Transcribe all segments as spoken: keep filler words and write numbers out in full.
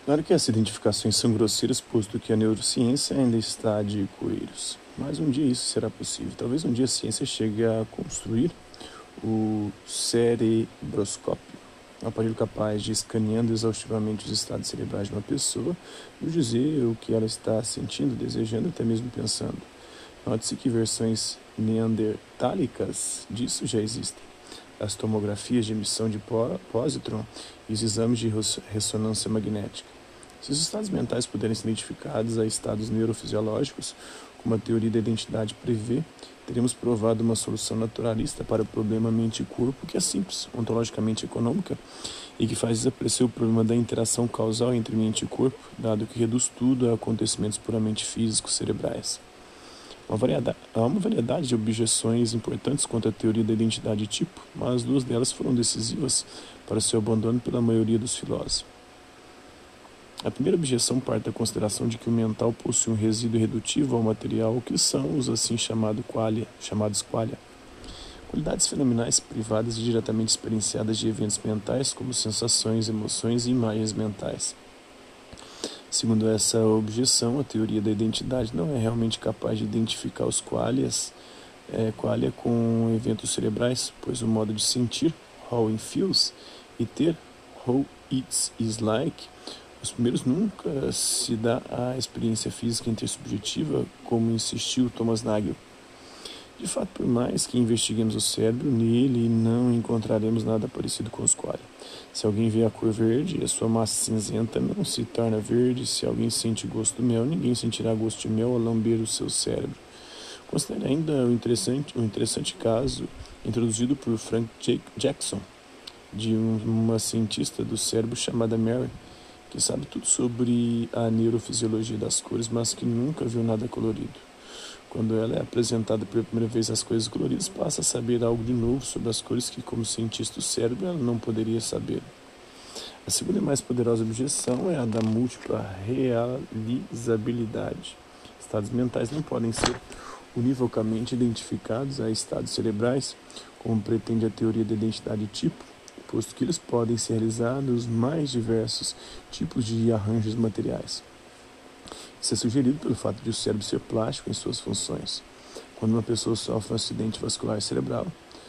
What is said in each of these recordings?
Claro que essas identificações são grosseiras, posto que a neurociência ainda está de coelhos. Mas um dia isso será possível. Talvez um dia a ciência chegue a construir o cerebroscópio, um aparelho capaz de, escaneando exaustivamente os estados cerebrais de uma pessoa, nos dizer o que ela está sentindo, desejando, até mesmo pensando. Note-se que versões neandertálicas disso já existem. As tomografias de emissão de pósitron e os exames de ressonância magnética. Se os estados mentais puderem ser identificados a estados neurofisiológicos, como a teoria da identidade prevê, teremos provado uma solução naturalista para o problema mente e corpo que é simples, ontologicamente econômica, e que faz desaparecer o problema da interação causal entre mente e corpo, dado que reduz tudo a acontecimentos puramente físicos cerebrais. Uma variedade, há uma variedade de objeções importantes quanto à teoria da identidade tipo, mas duas delas foram decisivas para seu abandono pela maioria dos filósofos. A primeira objeção parte da consideração de que o mental possui um resíduo redutivo ao material, que são os assim chamado qualia, chamados qualia. Qualidades fenomenais privadas e diretamente experienciadas de eventos mentais, como sensações, emoções e imagens mentais. Segundo essa objeção, a teoria da identidade não é realmente capaz de identificar os qualias, é, qualia com eventos cerebrais, pois o modo de sentir, how it feels, e ter, how it is like, os primeiros nunca se dá à experiência física intersubjetiva, como insistiu Thomas Nagel. De fato, por mais que investiguemos o cérebro, nele não encontraremos nada parecido com os qualia. Se alguém vê a cor verde, a sua massa cinzenta não se torna verde. Se alguém sente gosto do mel, ninguém sentirá gosto de mel ao lamber o seu cérebro. Considere ainda o interessante, um interessante caso introduzido por Frank Jackson, de uma cientista do cérebro chamada Mary, que sabe tudo sobre a neurofisiologia das cores, mas que nunca viu nada colorido. Quando ela é apresentada pela primeira vez às coisas coloridas, passa a saber algo de novo sobre as cores que, como cientista do cérebro, ela não poderia saber. A segunda e mais poderosa objeção é a da múltipla realizabilidade. Estados mentais não podem ser univocamente identificados a estados cerebrais, como pretende a teoria da identidade tipo, posto que eles podem ser realizados nos mais diversos tipos de arranjos materiais. Isso é sugerido pelo fato de o cérebro ser plástico em suas funções. Quando uma pessoa sofre um acidente vascular cerebral,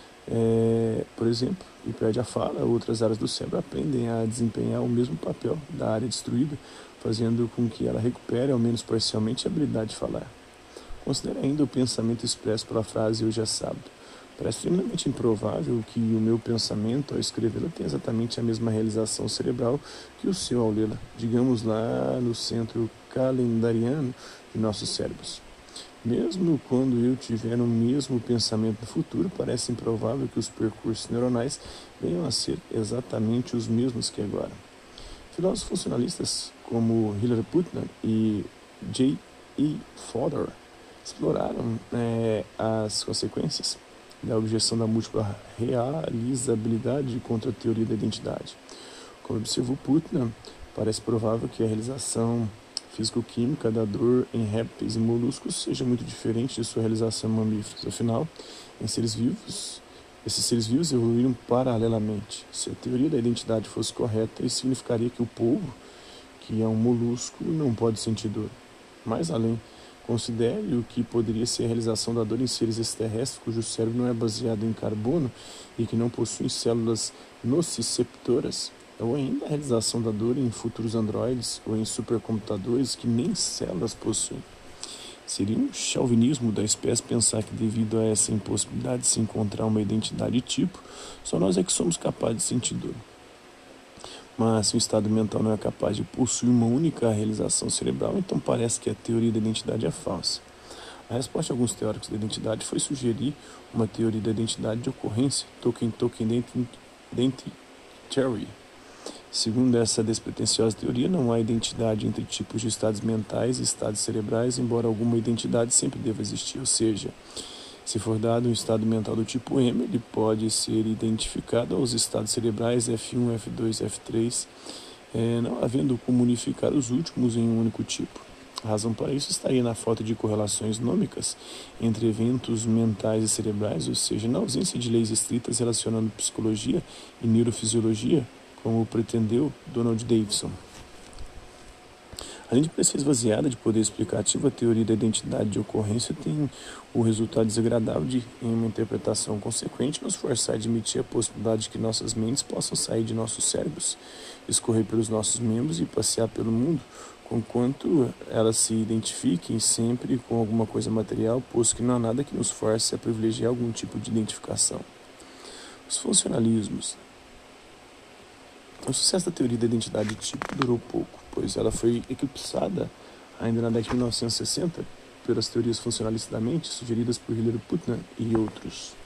é, por exemplo, e perde a fala, outras áreas do cérebro aprendem a desempenhar o mesmo papel da área destruída, fazendo com que ela recupere, ao menos parcialmente, a habilidade de falar. Considere ainda o pensamento expresso pela frase "eu já sábado". Parece extremamente improvável que o meu pensamento, ao escrevê-la, tenha exatamente a mesma realização cerebral que o seu ao lê-la, digamos lá no centro calendariano de nossos cérebros. Mesmo quando eu tiver o mesmo pensamento no futuro, parece improvável que os percursos neuronais venham a ser exatamente os mesmos que agora. Filósofos funcionalistas como Hilary Putnam e J E Fodor exploraram é, as consequências da objeção da múltipla realizabilidade contra a teoria da identidade. Como observou Putnam, parece provável que a realização físico-química da dor em répteis e moluscos seja muito diferente de sua realização em mamíferos. Afinal, em seres vivos, esses seres vivos evoluíram paralelamente. Se a teoria da identidade fosse correta, isso significaria que o polvo, que é um molusco, não pode sentir dor. Mais além, considere o que poderia ser a realização da dor em seres extraterrestres cujo cérebro não é baseado em carbono e que não possuem células nociceptoras, ou ainda a realização da dor em futuros androides ou em supercomputadores que nem células possuem. Seria um chauvinismo da espécie pensar que, devido a essa impossibilidade de se encontrar uma identidade tipo, só nós é que somos capazes de sentir dor. Mas se o estado mental não é capaz de possuir uma única realização cerebral, então parece que a teoria da identidade é falsa. A resposta de alguns teóricos da identidade foi sugerir uma teoria da identidade de ocorrência, Token-Token Identity Theory. Segundo essa despretensiosa teoria, não há identidade entre tipos de estados mentais e estados cerebrais, embora alguma identidade sempre deva existir, ou seja, se for dado um estado mental do tipo M, ele pode ser identificado aos estados cerebrais F um, F dois, F três, é, não havendo como unificar os últimos em um único tipo. A razão para isso estaria na falta de correlações nômicas entre eventos mentais e cerebrais, ou seja, na ausência de leis estritas relacionando psicologia e neurofisiologia, como pretendeu Donald Davidson. Além de parecer esvaziada de poder explicativo, a teoria da identidade de ocorrência tem o resultado desagradável de, em uma interpretação consequente, nos forçar a admitir a possibilidade de que nossas mentes possam sair de nossos cérebros, escorrer pelos nossos membros e passear pelo mundo, conquanto elas se identifiquem sempre com alguma coisa material, posto que não há nada que nos force a privilegiar algum tipo de identificação. Os funcionalismos. O sucesso da teoria da identidade de tipo durou pouco, pois ela foi eclipsada ainda na década de mil novecentos e sessenta pelas teorias funcionalistas da mente, sugeridas por Hilary Putnam e outros.